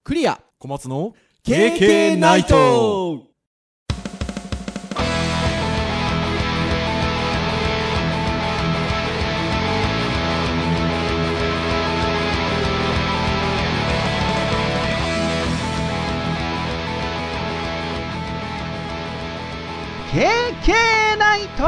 クリア小松の KK ナイト。 KK ナイト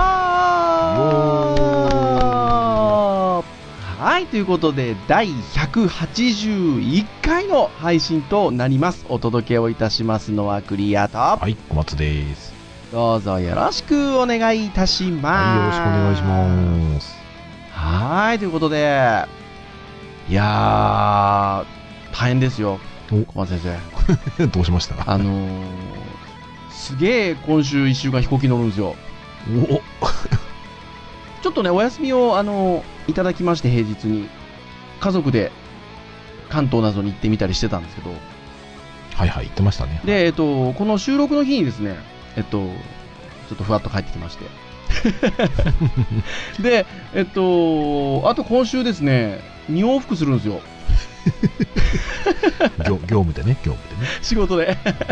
はい、ということで第181回の配信となります。お届けをいたしますのはクリアと、 はい、小松です。 どうぞよろしくお願いいたします。 はい、よろしくお願いします。 はい、ということで、いやー大変ですよ、小松先生。どうしました？ すげえ今週1週間飛行機乗るんですよ。 おちょっとね、お休みをいただきまして、平日に家族で関東などに行ってみたりしてたんですけど、 はいはい、行ってましたね。 で、この収録の日にですね、ちょっとふわっと帰ってきましてで、あと今週ですね、2往復するんですよ業務でね。 仕事で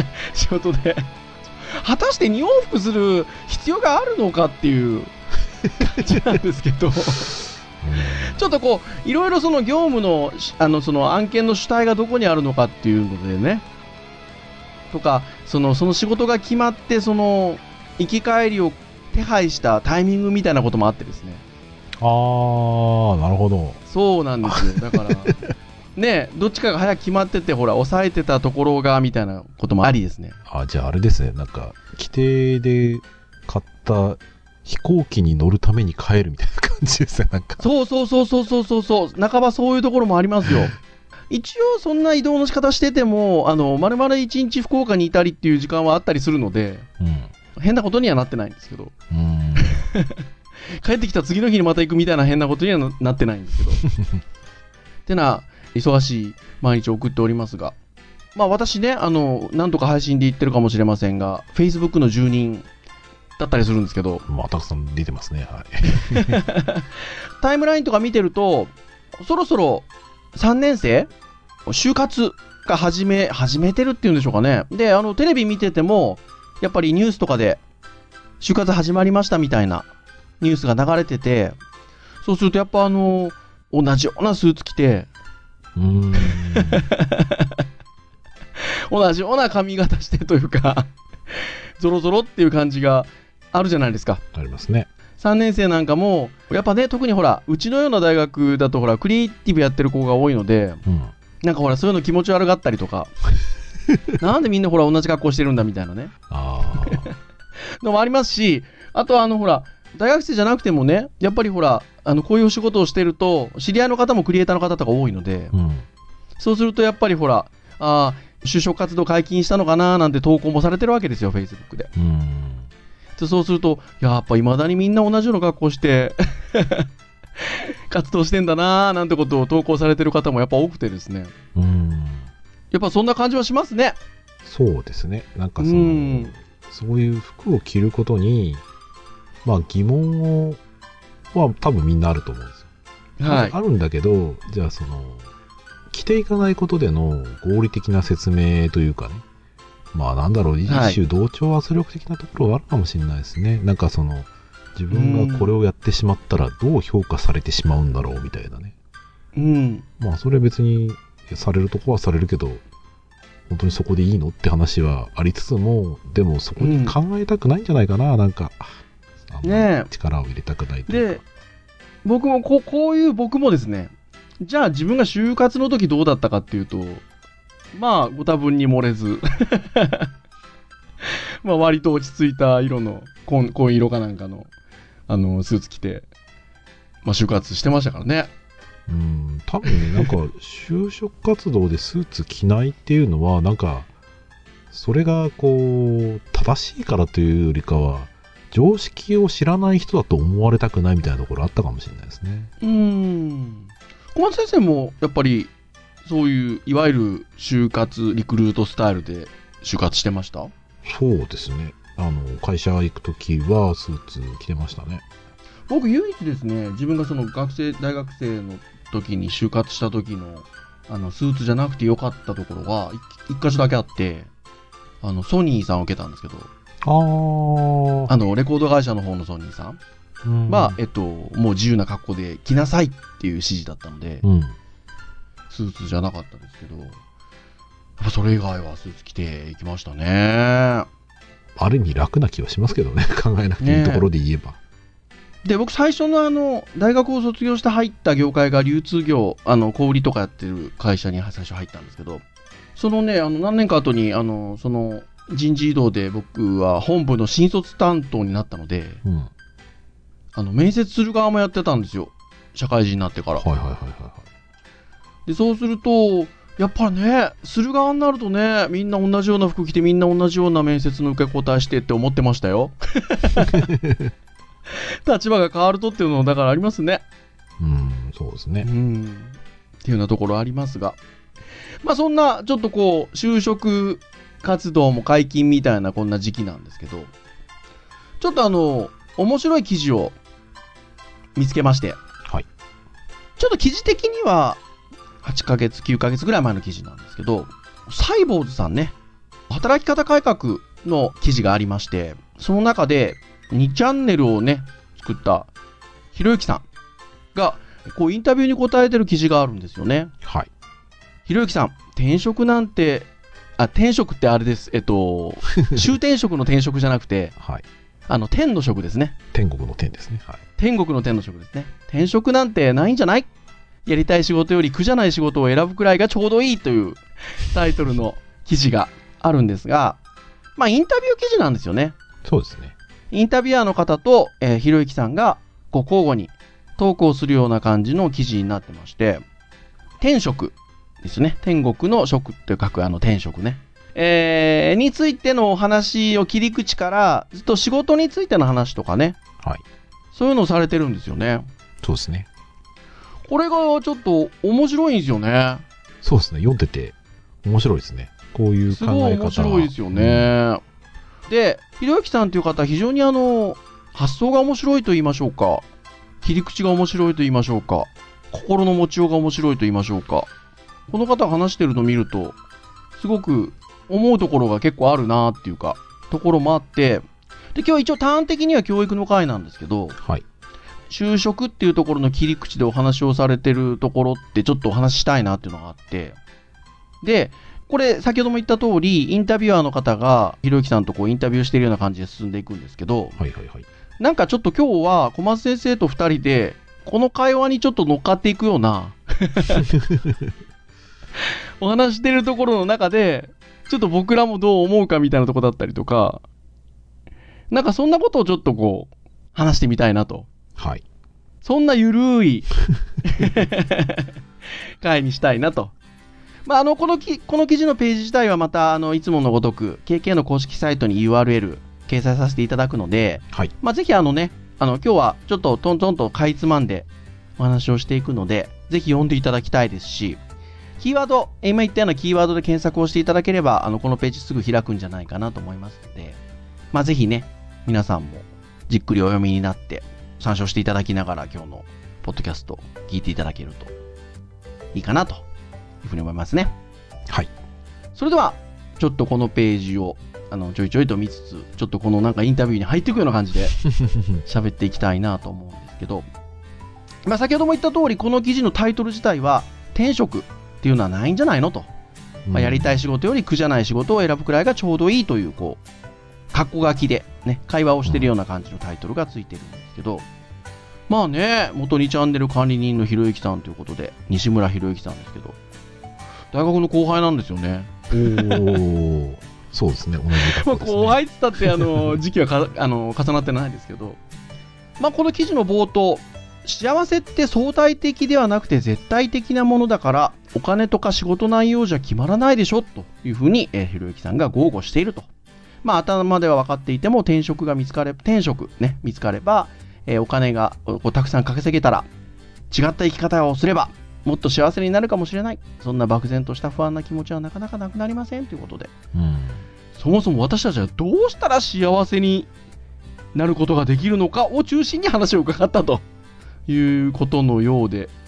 果たして2往復する必要があるのかっていう感じなんですけどちょっとこういろいろその業務のその案件の主体がどこにあるのかっていうのでね、とかその仕事が決まってその行き帰りを手配したタイミングみたいなこともあってですね。 あー、なるほど。 そうなんですよ。だからね、どっちかが早く決まってて、ほら抑えてたところがみたいなこともありですね。 あ、じゃああれですね、なんか規定で買った飛行機に乗るために帰るみたいな感じですね。なんかそう半ばそういうところもありますよ一応そんな移動の仕方してても丸々1日福岡にいたりっていう時間はあったりするので、変なことにはなってないんですけど帰ってきた次の日にまた行くみたいな変なことにはなってないんですけどってな忙しい毎日を送っておりますが、まあ私ね何とか配信で言ってるかもしれませんが Facebook の住人だったりするんですけど、 まあたくさん出てますね。はいタイムラインとか見てるとそろそろ3年生就活が始めてるっていうんでしょうかね。でテレビ見ててもやっぱりニュースとかで就活始まりましたみたいなニュースが流れてて、そうするとやっぱ同じようなスーツ着て同じような髪型してというかゾロゾロっていう感じがあるじゃないですか。 ありますね。 3年生なんかもやっぱね、特にほらうちのような大学だとほらクリエイティブやってる子が多いので、なんかほらそういうの気持ち悪がったりとかなんでみんなほら同じ格好してるんだみたいなねのもありますし、あとほら大学生じゃなくてもね、やっぱりほらこういうお仕事をしてると知り合いの方もクリエイターの方とか多いので、そうするとやっぱりほら就職活動解禁したのかななんて投稿もされてるわけですよ Facebook で。そうするとやっぱ未だにみんな同じような格好して活動してんだななんてことを投稿されてる方もやっぱ多くてですね、やっぱそんな感じはしますね。 そうですね。なんかそういう服を着ることにまあ疑問は多分みんなあると思うんですよ。はい、あるんだけど、じゃあ着ていかないことでの合理的な説明というかね、まあなんだろう、一種同調圧力的なところはあるかもしれないですね。なんか自分がこれをやってしまったらどう評価されてしまうんだろうみたいなね。まあそれ別にされるとこはされるけど、本当にそこでいいのって話はありつつも、でもそこに考えたくないんじゃないかな、なんか力を入れたくないというか。で、 僕もこういう僕もですね、じゃあ自分が就活の時どうだったかっていうと、まあご多分に漏れずまあ割と落ち着いた色の紺色かなんかのスーツ着て、まあ就活してましたからね。 多分ね、なんか就職活動でスーツ着ないっていうのはなんかそれがこう正しいからというよりかは常識を知らない人だと思われたくないみたいなところあったかもしれないですね。 小松先生もやっぱりそういういわゆる就活リクルートスタイルで就活してました？ そうですね。会社行くときはスーツ着てましたね。 僕唯一ですね、自分が大学生の時に就活した時のスーツじゃなくてよかったところは一箇所だけあって、ソニーさんを受けたんですけど、レコード会社の方のソニーさんは、もう自由な格好で着なさいっていう指示だったので、スーツじゃなかったですけど、やっぱそれ以外はスーツ着ていきましたね。 ある意味楽な気はしますけどね、考えなくていいところで言えば。 で、僕最初の大学を卒業して入った業界が流通業、小売りとかやってる会社に最初入ったんですけど、そのね、何年か後に、その人事異動で僕は本部の新卒担当になったので、面接する側もやってたんですよ。社会人になってから。で、そうすると、やっぱりね、する側になるとね、みんな同じような服着てみんな同じような面接の受け答えしてって思ってましたよ。立場が変わるとっていうのだからありますね。 そうですね。 っていうようなところありますが。まあそんな、ちょっとこう、就職活動も解禁みたいなこんな時期なんですけど、ちょっと面白い記事を見つけまして、ちょっと記事的には8ヶ月、9ヶ月ぐらい前の記事なんですけど、サイボーズさんね、働き方改革の記事がありまして、その中で2チャンネルをね、作ったひろゆきさんが、こうインタビューに答えてる記事があるんですよね。ひろゆきさん、転職なんて、転職ってあれです。終転職の転職じゃなくて、天の職ですね。 天国の天ですね。 天国の天の職ですね。転職なんてないんじゃない？やりたい仕事より苦じゃない仕事を選ぶくらいがちょうどいいというタイトルの記事があるんですが、まあインタビュー記事なんですよね。 そうですね。 インタビュアーの方と、ひろゆきさんがこう交互にトークをするような感じの記事になってまして、天職ですね。天国の職って書く天職ね。についてのお話を切り口からずっと仕事についての話とかね。そういうのをされてるんですよね。 そうですね。 これがちょっと面白いんですよね。 そうですね。読んでて面白いですね。こういう考え方。すごい面白いですよね。で、ひろゆきさんという方は非常に発想が面白いと言いましょうか。切り口が面白いと言いましょうか。心の持ちようが面白いと言いましょうか。この方が話してるのを見ると、すごく思うところが結構あるなっていうか、ところもあって、で、今日一応ターン的には教育の会なんですけど、就職っていうところの切り口でお話をされてるところってちょっとお話ししたいなっていうのがあって、で、これ先ほども言った通り、インタビュアーの方がひろゆきさんとこうインタビューしているような感じで進んでいくんですけど、なんかちょっと今日は小松先生と2人で、この会話にちょっと乗っかっていくような、お話してるところの中で、ちょっと僕らもどう思うかみたいなとこだったりとか、なんかそんなことをちょっとこう、話してみたいなと。そんなゆるい回にしたいなと。まあ、この記事のページ自体はまた、いつものごとく、KK の公式サイトに URL 掲載させていただくので、まあ、ぜひ今日はちょっとトントンとかいつまんでお話をしていくので、ぜひ読んでいただきたいですし、キーワード、今言ったようなキーワードで検索をしていただければ、このページすぐ開くんじゃないかなと思いますので、まあ、ぜひね、皆さんもじっくりお読みになって、参照していただきながら今日のポッドキャストを聞いていただけるといいかなというふうに思いますね。それでは、ちょっとこのページをちょいちょいと見つつ、ちょっとこのなんかインタビューに入っていくような感じで喋っていきたいなと思うんですけど、まあ先ほども言った通り、この記事のタイトル自体は、転職っていうのはないんじゃないのと。まあ、やりたい仕事より苦じゃない仕事を選ぶくらいがちょうどいいという、こう、括弧書きでね、会話をしているような感じのタイトルがついてるんですけど、まあね、元2チャンネル管理人のひろゆきさんということで、西村ひろゆきさんですけど、大学の後輩なんですよね。 そうですね、同じ学校ですね。 後輩って言ったって時期は重なってないですけど、まあ、この記事の冒頭、幸せって相対的ではなくて絶対的なものだから、お金とか仕事内容じゃ決まらないでしょというふうに、ひろゆきさんが豪語していると。まあ、頭では分かっていても転職ね、見つかれば、お金がたくさん稼げたら、違った生き方をすれば、もっと幸せになるかもしれない。そんな漠然とした不安な気持ちはなかなかなくなりませんということで、そもそも私たちはどうしたら幸せになることができるのかを中心に話を伺ったということのようで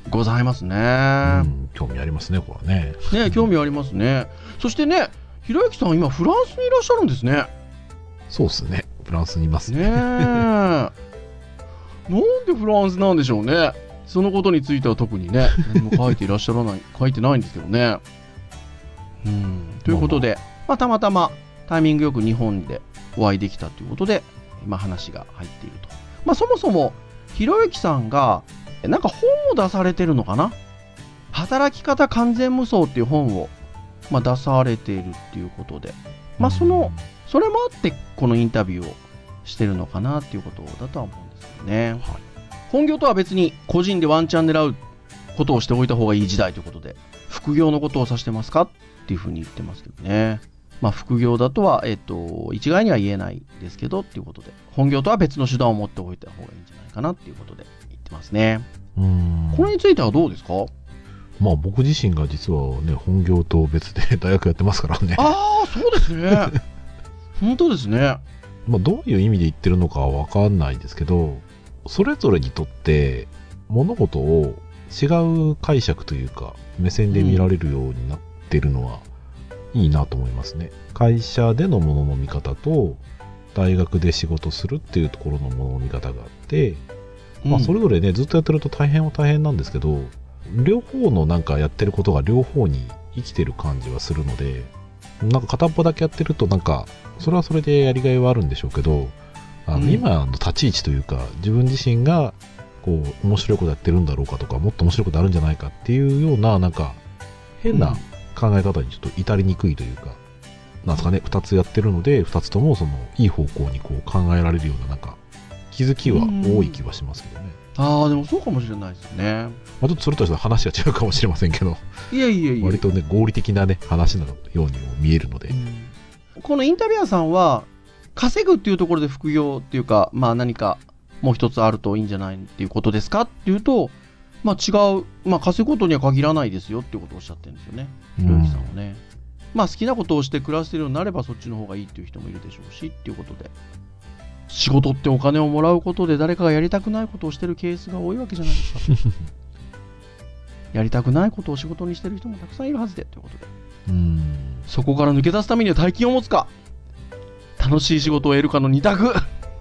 ございますね。 興味ありますね、これね。 ね、興味ありますね。そしてね、ひろゆきさん今フランスにいらっしゃるんですね。 そうですね。フランスにいますね。 なんでフランスなんでしょうね。そのことについては特にね、何も書いてないんですけどね。ということで、たまたまタイミングよく日本でお会いできたということで、今話が入っていると。そもそもひろゆきさんがなんか本を出されてるのかな。働き方完全無双っていう本を、出されているっていうことで、それもあってこのインタビューをしてるのかなっていうことだとは思うんですけどね。本業とは別に個人でワンチャン狙うことをしておいた方がいい時代ということで、副業のことを指してますかっていうふうに言ってますけどね。副業だとは、一概には言えないですけどっていうことで、本業とは別の手段を持っておいた方がいいんじゃないかなっていうことで言ってますね。これについてはどうですか？ 僕自身が実はね、本業と別で大学やってますからね。 そうですね。本当ですね。 どういう意味で言ってるのかは分かんないですけど、それぞれにとって物事を違う解釈というか目線で見られるようになってるのはいいなと思いますね。会社でのものの見方と大学で仕事するっていうところのものの見方があって、それぞれねずっとやってると大変なんですけど、両方のなんかやってることが両方に生きてる感じはするので、なんか片っぽだけやってるとなんかそれはそれでやりがいはあるんでしょうけど、今の立ち位置というか自分自身がこう面白いことやってるんだろうかとか、もっと面白いことあるんじゃないかっていうようななんか変な考え方にちょっと至りにくいというか、なんですかね、2つやってるので2つともそのいい方向にこう考えられるようななんか気づきは多い気はしますけどね。 でもそうかもしれないですね。 ちょっとそれとは話が違うかもしれませんけど、割とね合理的なね話のようにも見えるので、 このインタビュアーさんは稼ぐっていうところで副業っていうか、何かもう一つあるといいんじゃないっていうことですかっていうと、違う、稼ぐことには限らないですよっていうことをおっしゃってるんですよね、ひろゆきさんはね。好きなことをして暮らしてるようになればそっちの方がいいっていう人もいるでしょうしっていうことで、仕事ってお金をもらうことで誰かがやりたくないことをしてるケースが多いわけじゃないですか。やりたくないことを仕事にしてる人もたくさんいるはずでということで、そこから抜け出すためには大金を持つか楽しい仕事を得るかの二択。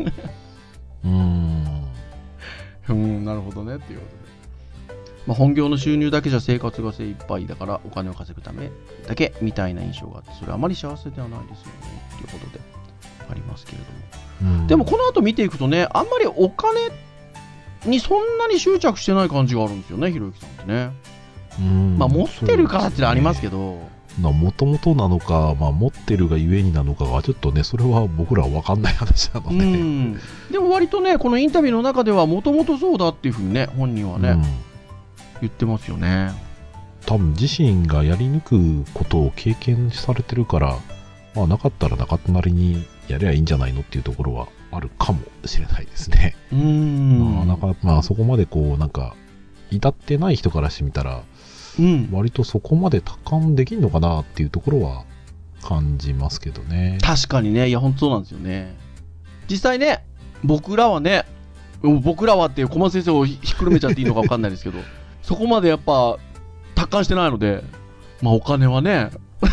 なるほどねっていうことで、本業の収入だけじゃ生活が精一杯だからお金を稼ぐためだけみたいな印象があって、それはあまり幸せではないですよねっていうことでありますけれども、でもこの後見ていくとね、あんまりお金にそんなに執着してない感じがあるんですよね、ひろゆきさんってね。持ってるからってのはありますけど、 もともとなのか、持ってるがゆえになのかはちょっとね、それは僕らは分かんない話なので、 でも割とねこのインタビューの中ではもともとそうだっていうふうにね本人はね、言ってますよね。 多分自身がやり抜くことを経験されてるから、なかったらなかったなりにやりゃいいんじゃないのっていうところはあるかもしれないですね。そこまでこうなんか至ってない人からしてみたら、割とそこまで多感できるのかなっていうところは感じますけどね。 確かにね、いや本当そうなんですよね。実際ね、僕らはっていう小松先生をひっくるめちゃっていいのか分かんないですけどそこまでやっぱ達観してないので、お金はね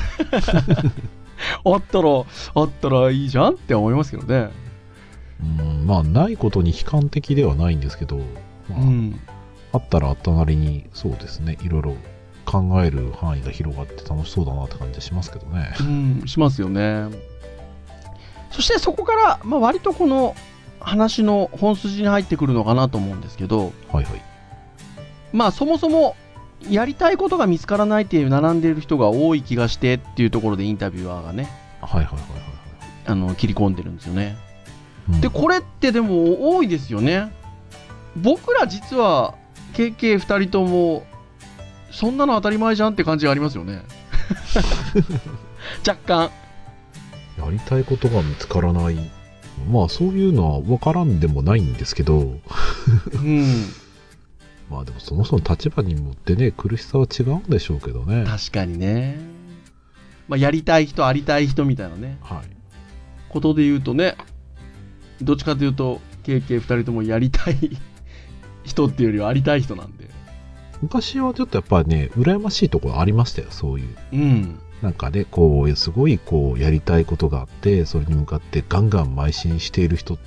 あったらいいじゃんって思いますけどね。 ないことに悲観的ではないんですけど、あったらあったなりにそうですね、いろいろ考える範囲が広がって楽しそうだなって感じしますけどね。 しますよね。そしてそこから、割とこの話の本筋に入ってくるのかなと思うんですけど、そもそもやりたいことが見つからないっていう並んでいる人が多い気がしてっていうところでインタビュアーがね切り込んでるんですよね。でこれってでも多いですよね。僕ら実はKK2 人ともそんなの当たり前じゃんって感じがありますよね。若干やりたいことが見つからない、そういうのは分からんでもないんですけど、でもその人の立場によってね苦しさは違うんでしょうけどね。 確かにね、やりたい人ありたい人みたいなね、ことで言うとね、どっちかというとKK2 人ともやりたい人っていうよりはありたい人なんで、 昔はちょっとやっぱりね、羨ましいところありましたよ、そういう。 うん。 なんかね、こう、すごいこう、やりたいことがあって、それに向かってガンガン邁進している人って、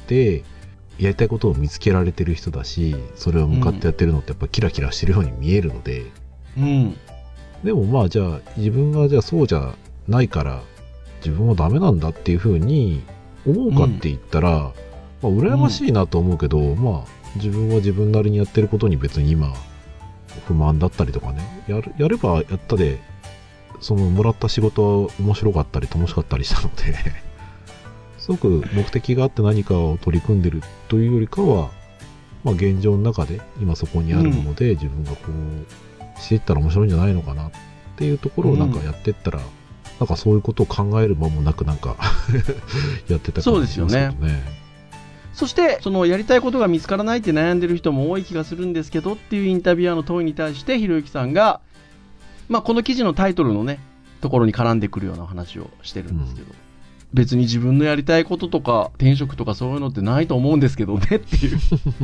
やりたいことを見つけられてる人だし、それを向かってやってるのってやっぱキラキラしてるように見えるので、 うん。 でもまあじゃあ、自分がじゃあそうじゃないから、自分はダメなんだっていうふうに思うかって言ったら、まあ、羨ましいなと思うけど、まあ、自分は自分なりにやってることに別に今、不満だったりとかね、やればやったで、そのもらった仕事は面白かったり楽しかったりしたので、すごく目的があって何かを取り組んでるというよりかは、まあ現状の中で今そこにあるもので自分がこうしていったら面白いんじゃないのかなっていうところをなんかやっていったら、なんかそういうことを考える間もなくなんかやってた感じしますけどね。そうですよね。 そしてそのやりたいことが見つからないって悩んでる人も多い気がするんですけどっていうインタビュアーの問いに対してひろゆきさんが、まあ、この記事のタイトルのねところに絡んでくるような話をしてるんですけど、別に自分のやりたいこととか転職とかそういうのってないと思うんですけどねっていう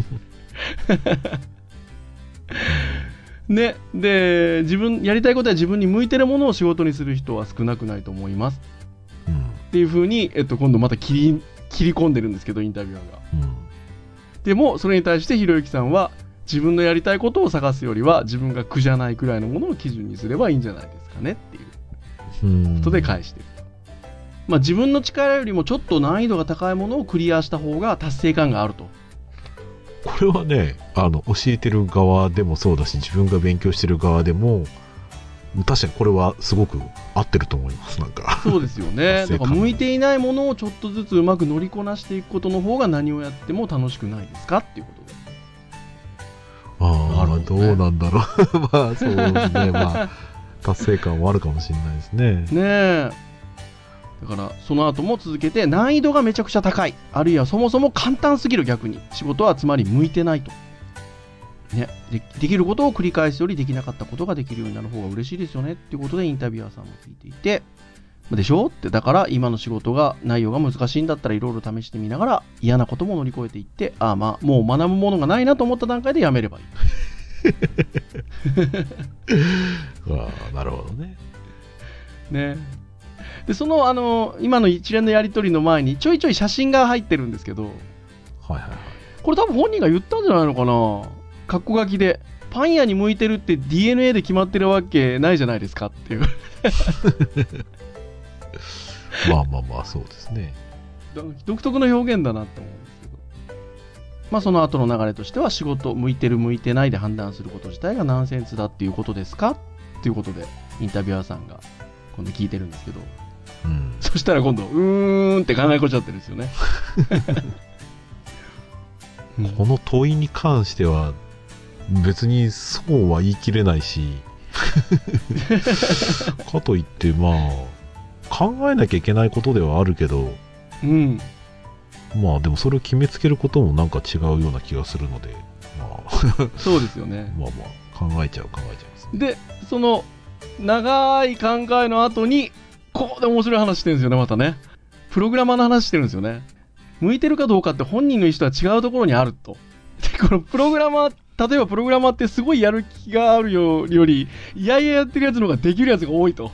ね、で自分やりたいことは自分に向いてるものを仕事にする人は少なくないと思います、っていうふうに、今度また切り込んでるんですけどインタビュアーが、でもそれに対してひろゆきさんは自分のやりたいことを探すよりは自分が苦じゃないくらいのものを基準にすればいいんじゃないですかねっていうことで返してる。まあ、自分の力よりもちょっと難易度が高いものをクリアした方が達成感があると。 これはね、教えてる側でもそうだし、自分が勉強してる側でも確かにこれはすごく合ってると思います。なんかそうですよね。だから向いていないものをちょっとずつうまく乗りこなしていくことの方が何をやっても楽しくないですかっていうことで。 ああ、どうなんだろうまあそうですね、まあ達成感はあるかもしれないですね。 ねえ。だからその後も続けて、難易度がめちゃくちゃ高い、あるいはそもそも簡単すぎる、逆に仕事はつまり向いてないと、ね、できることを繰り返すよりできなかったことができるようになる方が嬉しいですよねっていうことでインタビュアーさんも聞いていて、でしょって、だから今の仕事が内容が難しいんだったらいろいろ試してみながら嫌なことも乗り越えていって、ああまあもう学ぶものがないなと思った段階でやめればいいなるほどね。 ね。でその今の一連のやり取りの前にちょいちょい写真が入ってるんですけど、 はいはいはい、 これ多分本人が言ったんじゃないのかな。カッコ書きでパン屋に向いてるって DNA で決まってるわけないじゃないですかっていうまあまあまあそうですね。 独特の表現だなって思うんですけど、まあその後の流れとしては、仕事向いてる向いてないで判断すること自体がナンセンスだっていうことですかっていうことでインタビュアーさんが今度聞いてるんですけど、そしたら今度って考えこっちゃってるんですよねこの問いに関しては別にそうは言い切れないしかといってまあ考えなきゃいけないことではあるけど、まあでもそれを決めつけることもなんか違うような気がするので、まあそうですよね。 まあまあ考えちゃいます、ね、 でその長い考えの後にここで面白い話してるんですよね。またねプログラマーの話してるんですよね。向いてるかどうかって本人の意思とは違うところにあると。でこのプログラマー、例えばプログラマーってすごいやる気があるよりいやいややってるやつの方ができるやつが多いと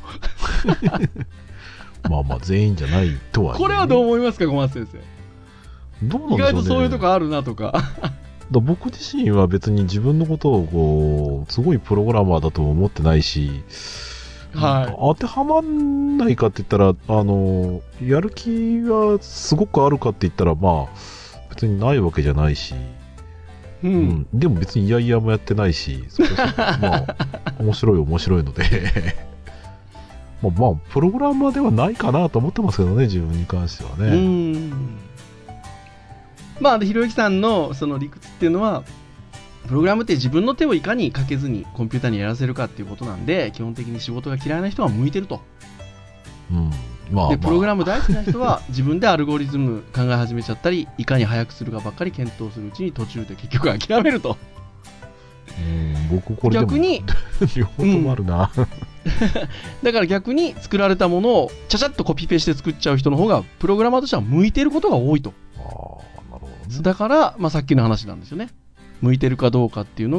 まあまあ全員じゃないとは、ね、 これはどう思いますか、小松先生。 どうなんでしょうね。 意外とそういうとこあるなとか僕自身は別に自分のことをこうすごいプログラマーだと思ってないし、当てはまんないかって言ったらやる気がすごくあるかって言ったらまあ別にないわけじゃないし、でも別にいやいやもやってないし、そこそこまあ面白いのでまあプログラマーではないかなと思ってますけどね、自分に関してはね。まあひろゆきさんのその理屈っていうのは、プログラムって自分の手をいかにかけずにコンピューターにやらせるかっていうことなんで、基本的に仕事が嫌いな人は向いてると。でプログラム大好きな人は自分でアルゴリズム考え始めちゃったり、いかに早くするかばっかり検討するうちに途中で結局諦めると。 僕これでも逆に両方ともあるな、 だから逆に作られたものをちゃちゃっとコピペして作っちゃう人の方がプログラマーとしては向いてることが多いと。 なるほどね。 だから、さっきの話なんですよね。向いてるかどうかっていうのが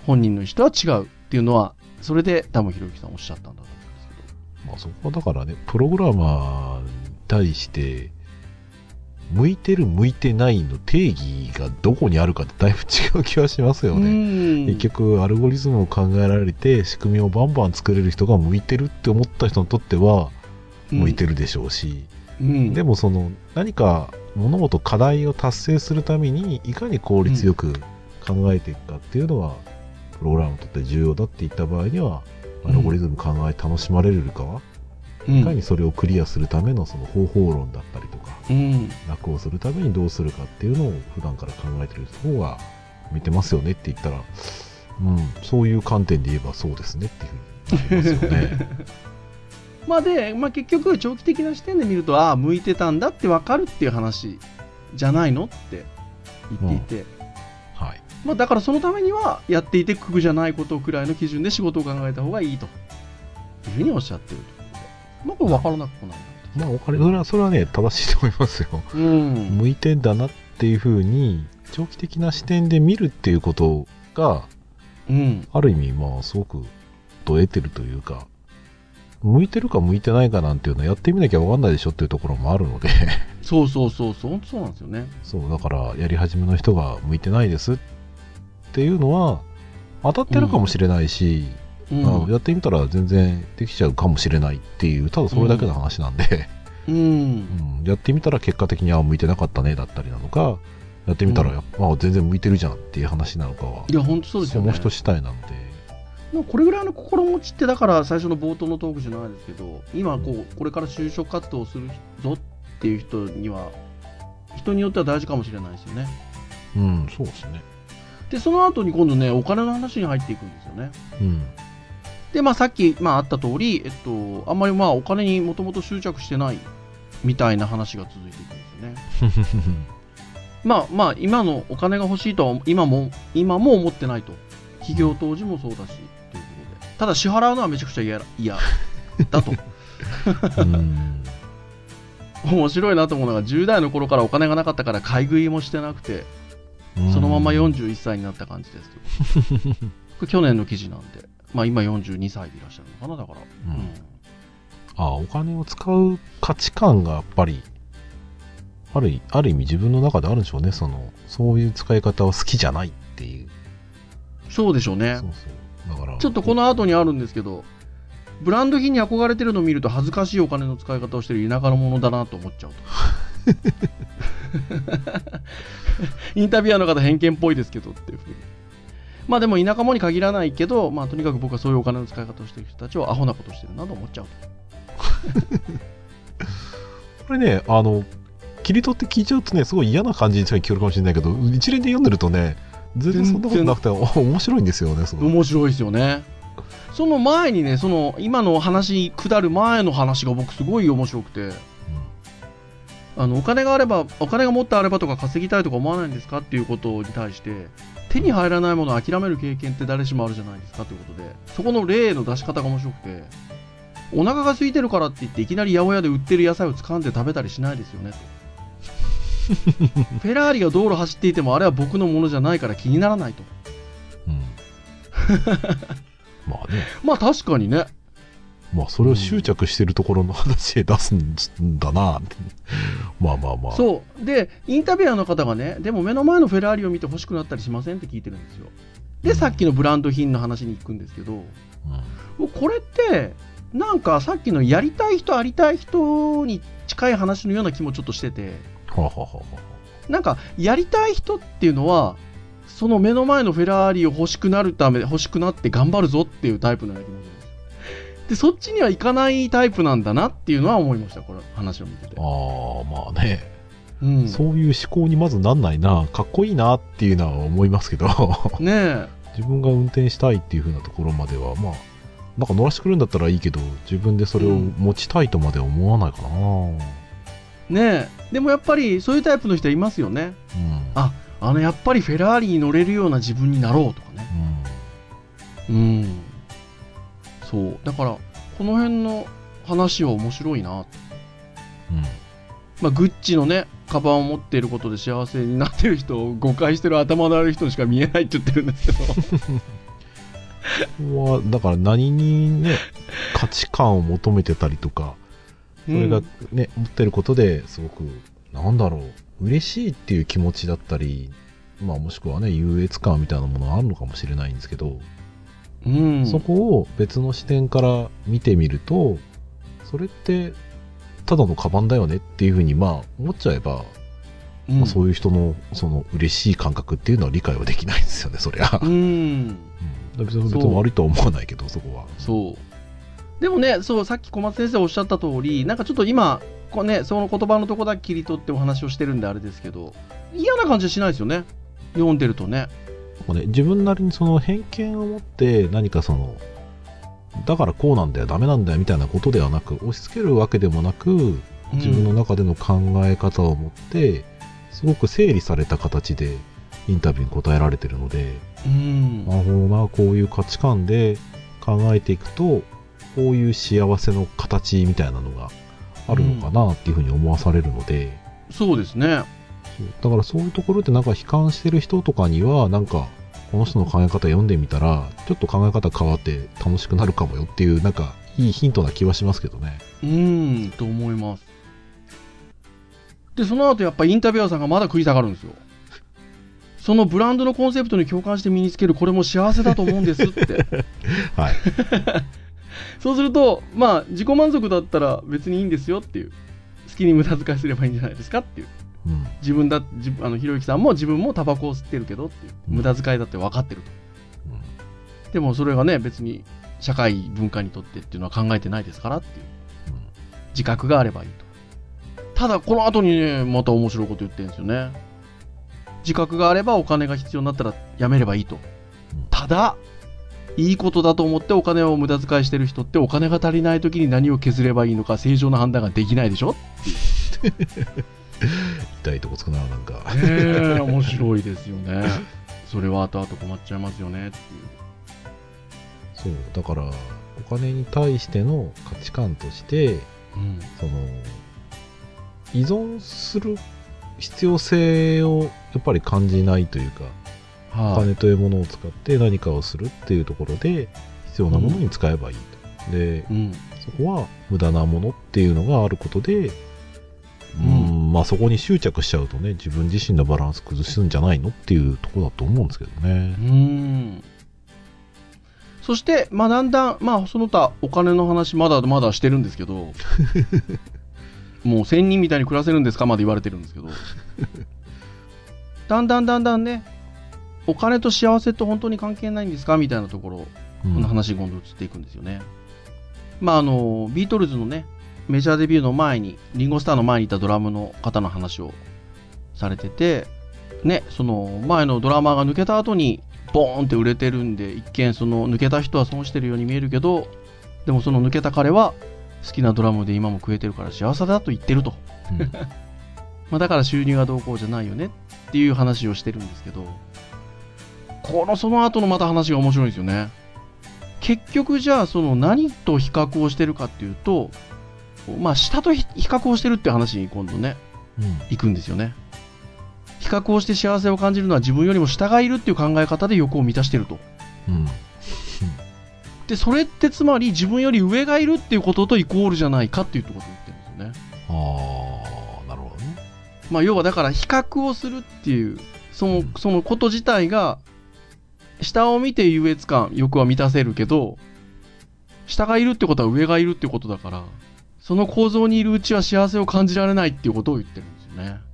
本人の意思とは違うっていうのは、それで多分ひろゆきさんおっしゃったんだと思うんですけど。 まあそこはだからね、プログラマーに対して向いてる向いてないの定義がどこにあるかってだいぶ違う気はしますよね。結局アルゴリズムを考えられて仕組みをバンバン作れる人が向いてるって思った人にとっては向いてるでしょうし、でもその何か物事課題を達成するためにいかに効率よく考えていくかっていうのは、プログラムにとって重要だっていった場合には、アルゴリズム考え楽しまれるかは、いかにそれをクリアするためのその方法論だったりとか、楽をするためにどうするかっていうのを普段から考えてる方が見てますよねって言ったら、そういう観点で言えばそうですねっていうふうに言いますよね。 結局長期的な視点で見ると、向いてたんだって分かるっていう話じゃないのって言っていて、だからそのためにはやっていて苦じゃないことくらいの基準で仕事を考えた方がいいというふうにおっしゃっていると。これ分からなくもないな。 それはね、正しいと思いますよ。向いてんだなっていうふうに長期的な視点で見るっていうことが、ある意味すごくと得てるというか、向いてるか向いてないかなんていうのはやってみなきゃ分かんないでしょっていうところもあるので。 そう本当そうなんですよね。 そうだからやり始めの人が向いてないですっていうのは当たってるかもしれないし、やってみたら全然できちゃうかもしれないっていう、ただそれだけの話なんで、やってみたら結果的に向いてなかったねだったりなのか、やってみたら、全然向いてるじゃんっていう話なのかは、 いや本当そうですよね。 その人主体なので。 これぐらいの心持ちって、だから最初の冒頭のトークじゃないですけど、今これから就職活動をするぞっていう人には、人によっては大事かもしれないですよね。 そうですね。 でその後に今度ね、お金の話に入っていくんですよね。でさっきあった通り、あんまりお金にもともと執着してないみたいな話が続いていくんですよね。今のお金が欲しいとは今も思ってないと。企業当時もそうだしということで、ただ支払うのはめちゃくちゃ嫌だと。面白いなと思うのが、10代の頃からお金がなかったから買い食いもしてなくて、そのまま41歳になった感じですけど、これ去年の記事なんで、今42歳でいらっしゃるのかな。だから、 お金を使う価値観がやっぱりある意味自分の中であるんでしょうね。そういう使い方は好きじゃないっていう。 そうでしょうね。だからちょっとこの後にあるんですけど、ブランド品に憧れてるのを見ると恥ずかしいお金の使い方をしてる田舎のものだなと思っちゃうと。インタビュアーの方偏見っぽいですけどっていうふうに。でも田舎者に限らないけど、とにかく僕はそういうお金の使い方をしてる人たちをアホなことしてるなと思っちゃうと。 これね、切り取って聞いちゃうとね、すごい嫌な感じに聞こえるかもしれないけど、一連で読んでるとね、全然そんなことなくて面白いんですよね。 面白いですよね。その前にね、今の話下る前の話が僕すごい面白くて、お金がもっとあればとか稼ぎたいとか思わないんですかっていうことに対して、手に入らないものを諦める経験って誰しもあるじゃないですかということで、そこの例の出し方が面白くて、お腹が空いてるからって言っていきなり八百屋で売ってる野菜を掴んで食べたりしないですよねと。フェラーリが道路走っていてもあれは僕のものじゃないから気にならないと。確かにね。 それを執着してるところの話で出すんだな。 そうで、インタビュアーの方がね、でも目の前のフェラーリを見て欲しくなったりしませんって聞いてるんですよ。で、さっきのブランド品の話に行くんですけど、これってなんかさっきのやりたい人ありたい人に近い話のような気もちょっとしてて、なんかやりたい人っていうのはその目の前のフェラーリを欲しくなって頑張るぞっていうタイプのような気もするんですよ。でそっちには行かないタイプなんだなっていうのは思いました、これ話を見てて。 そういう思考にまずなんないな、かっこいいなっていうのは思いますけどね。 自分が運転したいっていう風なところまではなんか乗らしてくれるんだったらいいけど、自分でそれを持ちたいとまで思わないかな。 でもやっぱりそういうタイプの人はいますよね。やっぱりフェラーリに乗れるような自分になろうとかね。そうだからこの辺の話は面白いな。グッチのねカバンを持っていることで幸せになってる人を誤解してる頭の悪い人にしか見えないって言ってるんですけどだから何にね価値観を求めてたりとか、それがね、持ってることですごくなんだろう、嬉しいっていう気持ちだったり、まあもしくはね優越感みたいなものがあるのかもしれないんですけど、そこを別の視点から見てみると、それってただのカバンだよねっていうふうにまあ思っちゃえば、まあ、そういう人のその嬉しい感覚っていうのは理解はできないですよね、そりゃ。別に悪いとは思わないけど、そこは。 そうでもね、そうさっき小松先生おっしゃった通り、なんかちょっと今その言葉のとこだけ切り取ってお話をしてるんであれですけど、嫌な感じはしないですよね、読んでるとね。 自分なりにその偏見を持って何かそのだからこうなんだよダメなんだよみたいなことではなく、押し付けるわけでもなく、自分の中での考え方を持ってすごく整理された形でインタビューに答えられてるので、なるほどな、こういう価値観で考えていくとこういう幸せの形みたいなのがあるのかなっていうふうに思わされるので、 そうですね。 だからそういうところでなんか悲観してる人とかには、なんかこの人の考え方読んでみたらちょっと考え方変わって楽しくなるかもよっていう、なんかいいヒントな気はしますけどね。 と思います。でその後やっぱインタビュアーさんがまだ食い下がるんですよ。そのブランドのコンセプトに共感して身につける、これも幸せだと思うんですってはいそうするとまあ自己満足だったら別にいいんですよっていう、好きに無駄遣いすればいいんじゃないですかっていう、自分だひろゆきさんも自分もタバコを吸ってるけどっていう、無駄遣いだって分かってると、でもそれがね別に社会文化にとってっていうのは考えてないですからっていう、自覚があればいいと。ただこの後にねまた面白いこと言ってるんですよね。自覚があればお金が必要になったらやめればいいと。ただいいことだと思ってお金を無駄遣いしてる人って、お金が足りない時に何を削ればいいのか正常な判断ができないでしょっていう痛いとこつくな、なんか面白いですよね。それは後々困っちゃいますよねっていう。 そうだからお金に対しての価値観として、その依存する必要性をやっぱり感じないというか、お金というものを使って何かをするっていうところで必要なものに使えばいいと。で、そこは無駄なものっていうのがあることで、まあそこに執着しちゃうとね、自分自身のバランス崩すんじゃないのっていうところだと思うんですけどね。 そしてまあだんだんその他お金の話まだまだしてるんですけどもう1000人みたいに暮らせるんですかまで言われてるんですけどだんだんね、お金と幸せと本当に関係ないんですかみたいなところの話に今度移っていくんですよね。ビートルズのねメジャーデビューの前に、リンゴスターの前にいたドラムの方の話をされててね、その前のドラマーが抜けた後にボーンって売れてるんで、一見その抜けた人は損してるように見えるけど、でもその抜けた彼は好きなドラムで今も食えてるから幸せだと言ってると、だから収入がどうこうじゃないよねっていう話をしてるんですけど、その後のまた話が面白いんですよね。結局じゃあその何と比較をしてるかっていうと、下と比較をしてるって話に今度ね、行くんですよね。比較をして幸せを感じるのは自分よりも下がいるっていう考え方で欲を満たしてると、でそれってつまり自分より上がいるっていうこととイコールじゃないかっていうところを言ってるんですよね。 なるほどね。 要はだから比較をするっていうそのこと自体が、下を見て優越感欲は満たせるけど、下がいるってことは上がいるってことだから、その構造にいるうちは幸せを感じられないっていうことを言ってるんですよね。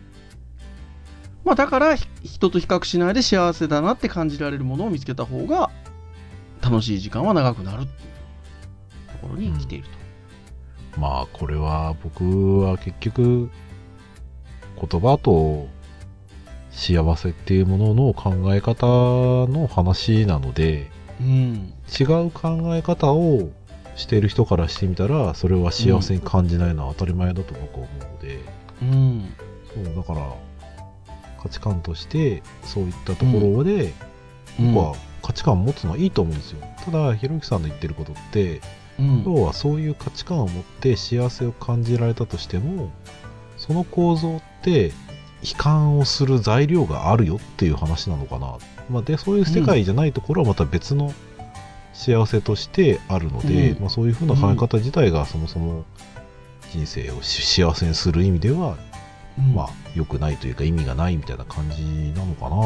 だから人と比較しないで幸せだなって感じられるものを見つけた方が楽しい時間は長くなるっていうところに来ていると。 これは僕は結局言葉と幸せっていうものの考え方の話なので、違う考え方をしている人からしてみたらそれは幸せに感じないのは当たり前だと僕は思うので、そうだから価値観としてそういったところで、僕は価値観を持つのはいいと思うんですよ。ただひろゆきさんの言ってることって、要はそういう価値観を持って幸せを感じられたとしても、その構造って悲観をする材料があるよっていう話なのかな。でそういう世界じゃないところはまた別の幸せとしてあるので、そういうふうな考え方自体がそもそも人生を幸せにする意味では、良くないというか意味がないみたいな感じなのか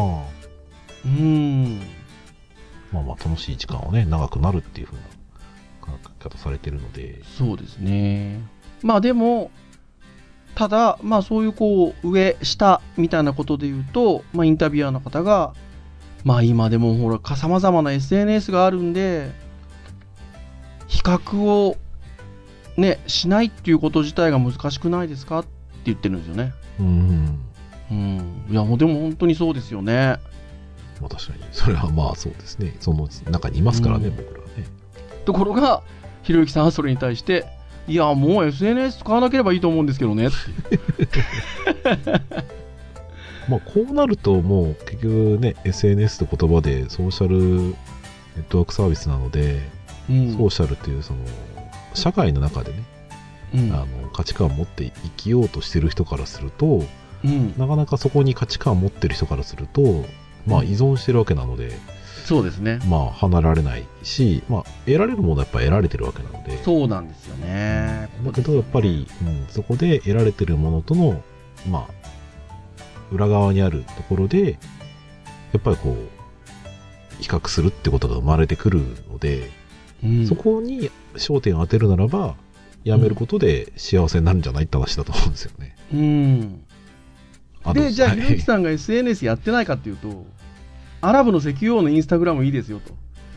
な。楽しい時間をね長くなるっていうふうな考え方されてるので。 そうですね。でもただそういう上下みたいなことで言うと、インタビュアーの方が今でもほらさまざまな SNS があるんで比較をねしないっていうこと自体が難しくないですかって言ってるんですよね。いやもうでも本当にそうですよね。 確かにそれはそうですね。その中にいますからね、僕らはね。 ところがひろゆきさんはそれに対していやもう SNS 使わなければいいと思うんですけどねってこうなるともう結局ね SNS って言葉でソーシャルネットワークサービスなので、ソーシャルっていうその社会の中でね、価値観を持って生きようとしてる人からすると、なかなかそこに価値観を持ってる人からすると依存してるわけなので、 そうですね。 離れられないし、得られるものはやっぱ得られてるわけなので。 そうなんですよね。 だけどやっぱり、そこで得られてるものとの裏側にあるところでやっぱり比較するってことが生まれてくるので、そこに焦点を当てるならばやめることで幸せになるんじゃないって話だと思うんですよね。 でじゃあひろゆきさんが SNS やってないかっていうと、アラブの石油王のインスタグラムいいですよと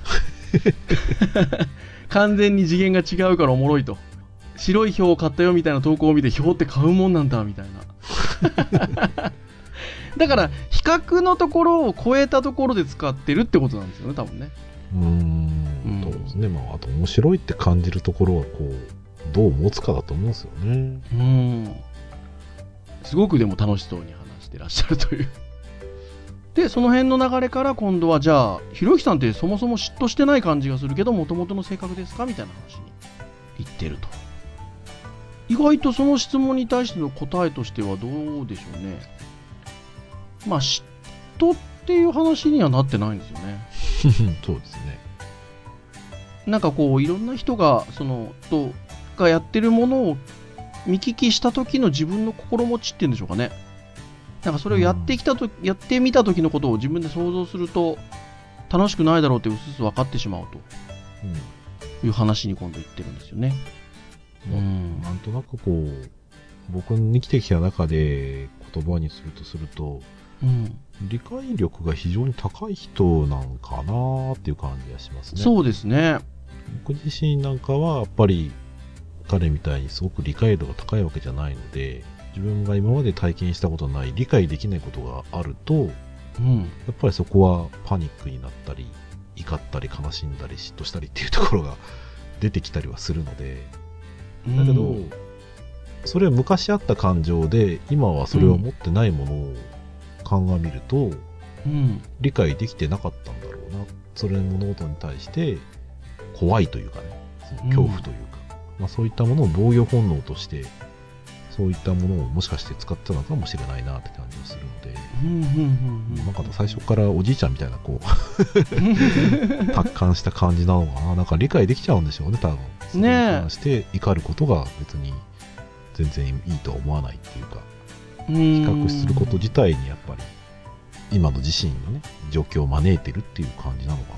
完全に次元が違うからおもろいと、白い票を買ったよみたいな投稿を見て票って買うもんなんだみたいなだから比較のところを超えたところで使ってるってことなんですよね、多分ね。 そうですね。あと面白いって感じるところはどう持つかだと思うんですよね。 すごくでも楽しそうに話してらっしゃるというでその辺の流れから今度はじゃあひろゆきさんってそもそも嫉妬してない感じがするけどもともとの性格ですかみたいな話に言ってると。意外とその質問に対しての答えとしてはどうでしょうね。嫉妬っていう話にはなってないんですよねそうですね。 なんかいろんな人ががやってるものを見聞きした時の自分の心持ちっていうんでしょうかね。なんかそれをやってみた時のことを自分で想像すると楽しくないだろうってうすうす分かってしまうという話に今度言ってるんですよね。 なんとなく僕に生きてきた中で言葉にすると、理解力が非常に高い人なんかなっていう感じがしますね。 そうですね。 僕自身なんかはやっぱり彼みたいにすごく理解度が高いわけじゃないので、自分が今まで体験したことない理解できないことがあると、やっぱりそこはパニックになったり怒ったり悲しんだり嫉妬したりっていうところが出てきたりはするので、だけどそれは昔あった感情で今はそれを持ってないものを鑑みると、理解できてなかったんだろうな。それの物事に対して怖いというかね、その恐怖というか、そういったものを防御本能としてそういったものをもしかして使ってたのかもしれないなって感じがするので、なんか最初からおじいちゃんみたいな達観した感じなのかな。なんか理解できちゃうんでしょうね、多分。それに関して怒ることが別に全然いいとは思わないっていうか、比較すること自体にやっぱり今の自身のね状況を招いてるっていう感じなのか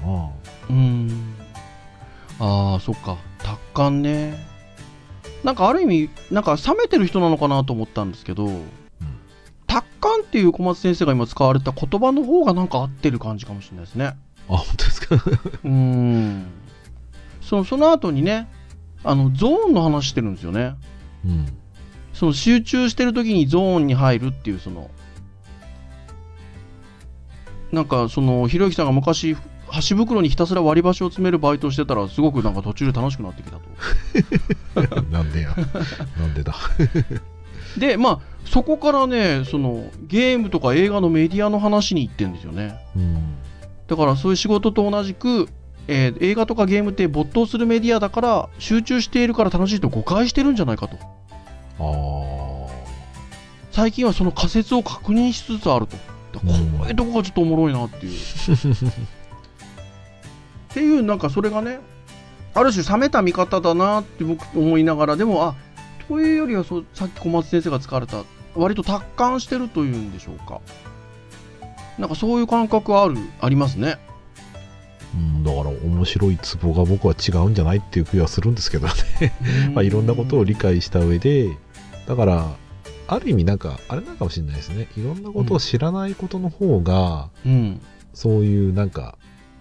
な。そっか、達観ね。なんかある意味なんか冷めてる人なのかなと思ったんですけど、達観っていう小松先生が今使われた言葉の方がなんか合ってる感じかもしれないですね。 本当ですかその後にねゾーンの話してるんですよね。その集中してる時にゾーンに入るっていう、なんかひろゆきさんが昔箸袋にひたすら割り箸を詰めるバイトをしてたらすごくなんか途中で楽しくなってきたとなんでだでそこからねゲームとか映画のメディアの話に行ってるんですよね。だからそういう仕事と同じく、映画とかゲームって没頭するメディアだから集中しているから楽しいと誤解してるんじゃないかと。最近はその仮説を確認しつつあると。こういうとこがちょっとおもろいなっていうっていうなんかそれがねある種冷めた見方だなって僕思いながら、でもというよりはさっき小松先生が使われた割と達観してるというんでしょうか、なんかそういう感覚はありますね。 だから面白いツボが僕は違うんじゃないっていう気はするんですけどねまあいろんなことを理解した上で、だからある意味なんかあれなのかもしれないですね、いろんなことを知らないことの方が、そういうなんか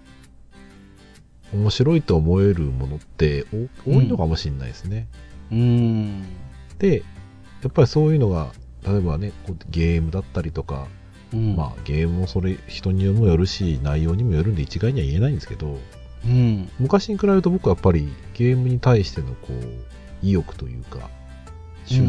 面白いと思えるものって多いのかもしれないですね。でやっぱりそういうのが例えばねゲームだったりとか、まあゲームもそれ人にもよるし内容にもよるんで一概には言えないんですけど、昔に比べると僕はやっぱりゲームに対してのこう意欲というか執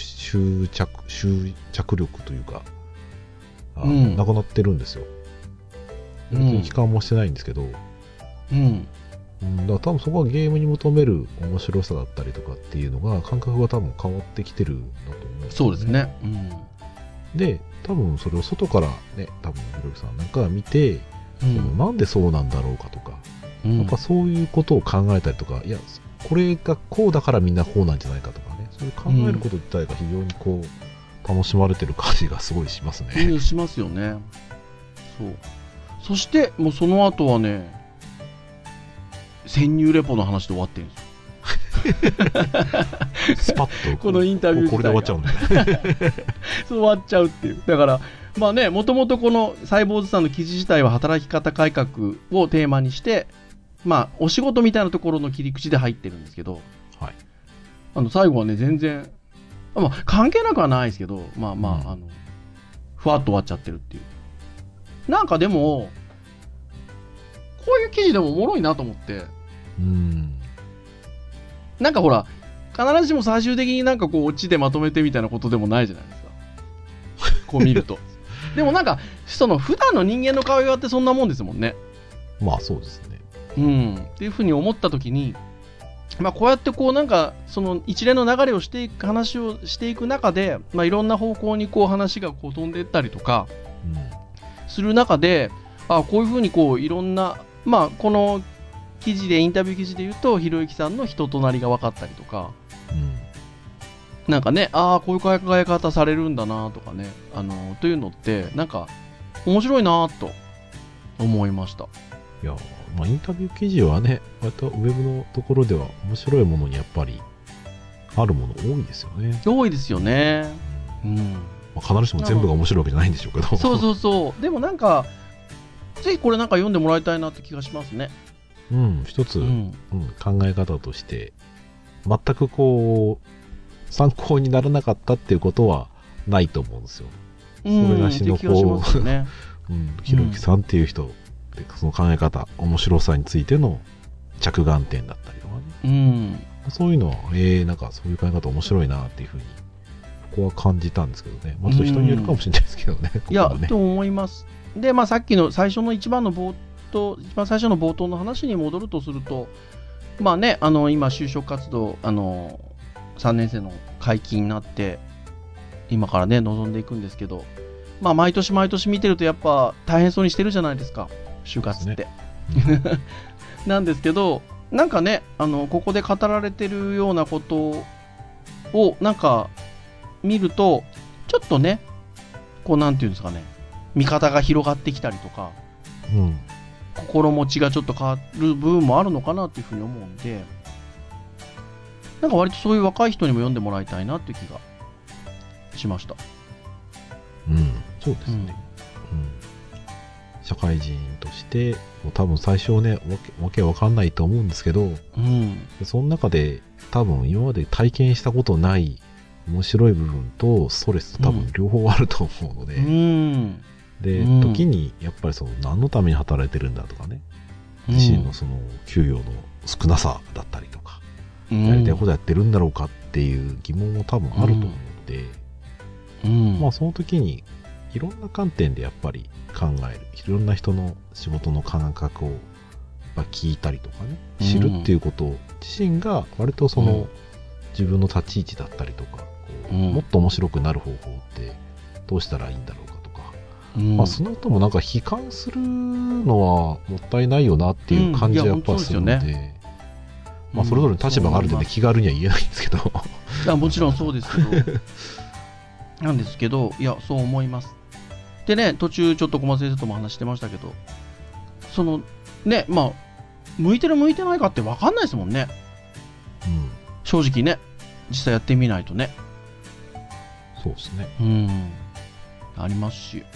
着力というかなくなってるんですよ。別に悲観もしてないんですけど、だから多分そこはゲームに求める面白さだったりとかっていうのが感覚が多分変わってきてるんだと思うんですね。 そうですね。 で多分それを外からね多分ひろゆきさんなんかが見て、なんでそうなんだろうかとか、やっぱそういうことを考えたりとか、いやこれがこうだからみんなこうなんじゃないかとかね、そういう考えること自体が非常にこう楽しまれてる感じがすごいしますね。 しますよね。そしてもうその後はね潜入レポの話で終わってるんですよスパッとこのインタビュー自体がこれで終わっちゃうんだよ終わっちゃうっていう。だからまあね、もともとこのサイボーズさんの記事自体は働き方改革をテーマにしてまあお仕事みたいなところの切り口で入ってるんですけど、 はい、 最後はね全然、関係なくはないですけど、ふわっと終わっちゃってるっていう。なんかでもこういう記事でもおもろいなと思って、なんかほら必ずしも最終的になんかこうオチでまとめてみたいなことでもないじゃないですかこう見るとでもなんかその普段の人間の会話ってそんなもんですもんね。 まあそうですね。 っていうふうに思った時に、こうやってこうなんかその一連の流れをしていく話をしていく中で、いろんな方向にこう話がこう飛んでいったりとかする中で、こういうふうにこういろんなこの記事でインタビュー記事で言うとひろゆきさんの人となりが分かったりとか、なんかねこういう考え方されるんだなとかね、というのってなんか面白いなと思いました。 いやインタビュー記事はね割とウェブのところでは面白いものにやっぱりあるもの多いですよね。 多いですよね。 必ずしも全部が面白いわけじゃないんでしょうけどそうでもなんかぜひこれなんか読んでもらいたいなって気がしますね。 一つ、考え方として全くこう参考にならなかったっていうことはないと思うんですよ。それなしのこうひろゆきさんっていう人でその考え方面白さについての着眼点だったりとかね、そういうのはなんかそういう考え方面白いなっていうふうにここは感じたんですけどね。ちょっと人によるかもしれないですけどね。 いやと思います。でさっきの最初の一番最初の冒頭の話に戻るとすると今就職活動3年生の解禁になって今からね臨んでいくんですけど、毎年毎年見てるとやっぱ大変そうにしてるじゃないですか就活って、なんですけどなんかねここで語られてるようなことをなんか見るとちょっとねこうなんていうんですかね見方が広がってきたりとか、心持ちがちょっと変わる部分もあるのかなというふうに思うんで、なんか割とそういう若い人にも読んでもらいたいなっていう気がしました。 そうですね。社会人として多分最初ねわけわかんないと思うんですけど、その中で多分今まで体験したことない面白い部分とストレスと多分両方あると思うので、で時にやっぱりその何のために働いてるんだとかね、自身のその給与の少なさだったりとか、やりたいことやってるんだろうかっていう疑問も多分あると思うので、その時にいろんな観点でやっぱり考える、いろんな人の仕事の感覚をやっぱ聞いたりとかね、知るっていうこと自身が割とその自分の立ち位置だったりとか、もっと面白くなる方法ってどうしたらいいんだろうかとか、 その後もなんか悲観するのはもったいないよなっていう感じはやっぱするので、それぞれの立場があるんでね、気軽には言えないんですけどもちろんそうですけどなんですけど、いやそう思います。でね、途中ちょっと小松先生とも話してましたけど、そのね、向いてる向いてないかって分かんないですもんね、正直ね、実際やってみないとね。 そうですね。 ありますし、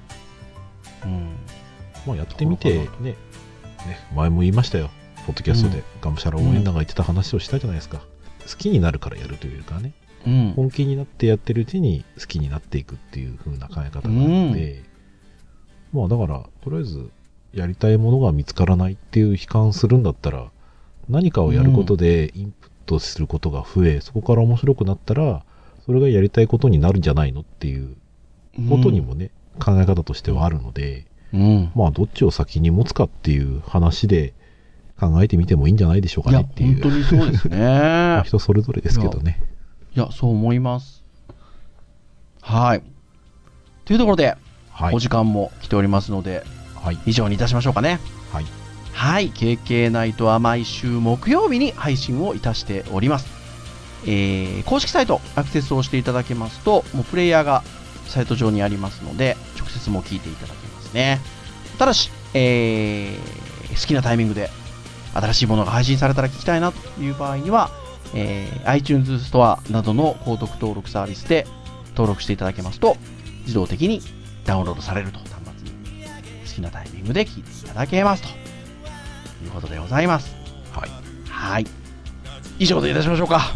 やってみてね、前も言いましたよ、ポッドキャストで、がむしゃら応援団が言ってた話をしたじゃないですか。好きになるからやるというかね、本気になってやってるうちに好きになっていくっていう風な考え方があるので、だからとりあえずやりたいものが見つからないっていう悲観するんだったら、何かをやることでインプットすることが増え、そこから面白くなったらそれがやりたいことになるんじゃないのっていうことにもね、考え方としてはあるので、どっちを先に持つかっていう話で考えてみてもいいんじゃないでしょうかねっていう。 いや本当にそうですね人それぞれですけどね。 いやそう思います。はい、というところで、お時間も来ておりますので、以上にいたしましょうかね。はい、KK ナイトは毎週木曜日に配信をいたしております。公式サイトアクセスをしていただけますと、もうプレイヤーがサイト上にありますので、直接も聞いていただけますね。ただし、好きなタイミングで新しいものが配信されたら聞きたいなという場合には、iTunes ストアなどの購読登録サービスで登録していただけますと、自動的にダウンロードされると、端末に好きなタイミングで聞いていただけますということでございます。はい、以上でいたしましょうか。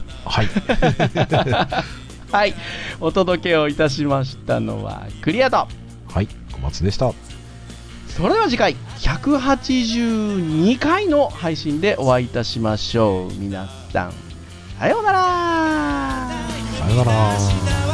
はい、お届けをいたしましたのはクリアと小松でした。 それでは次回182回の配信でお会いいたしましょう。皆さんさようなら。 さようなら。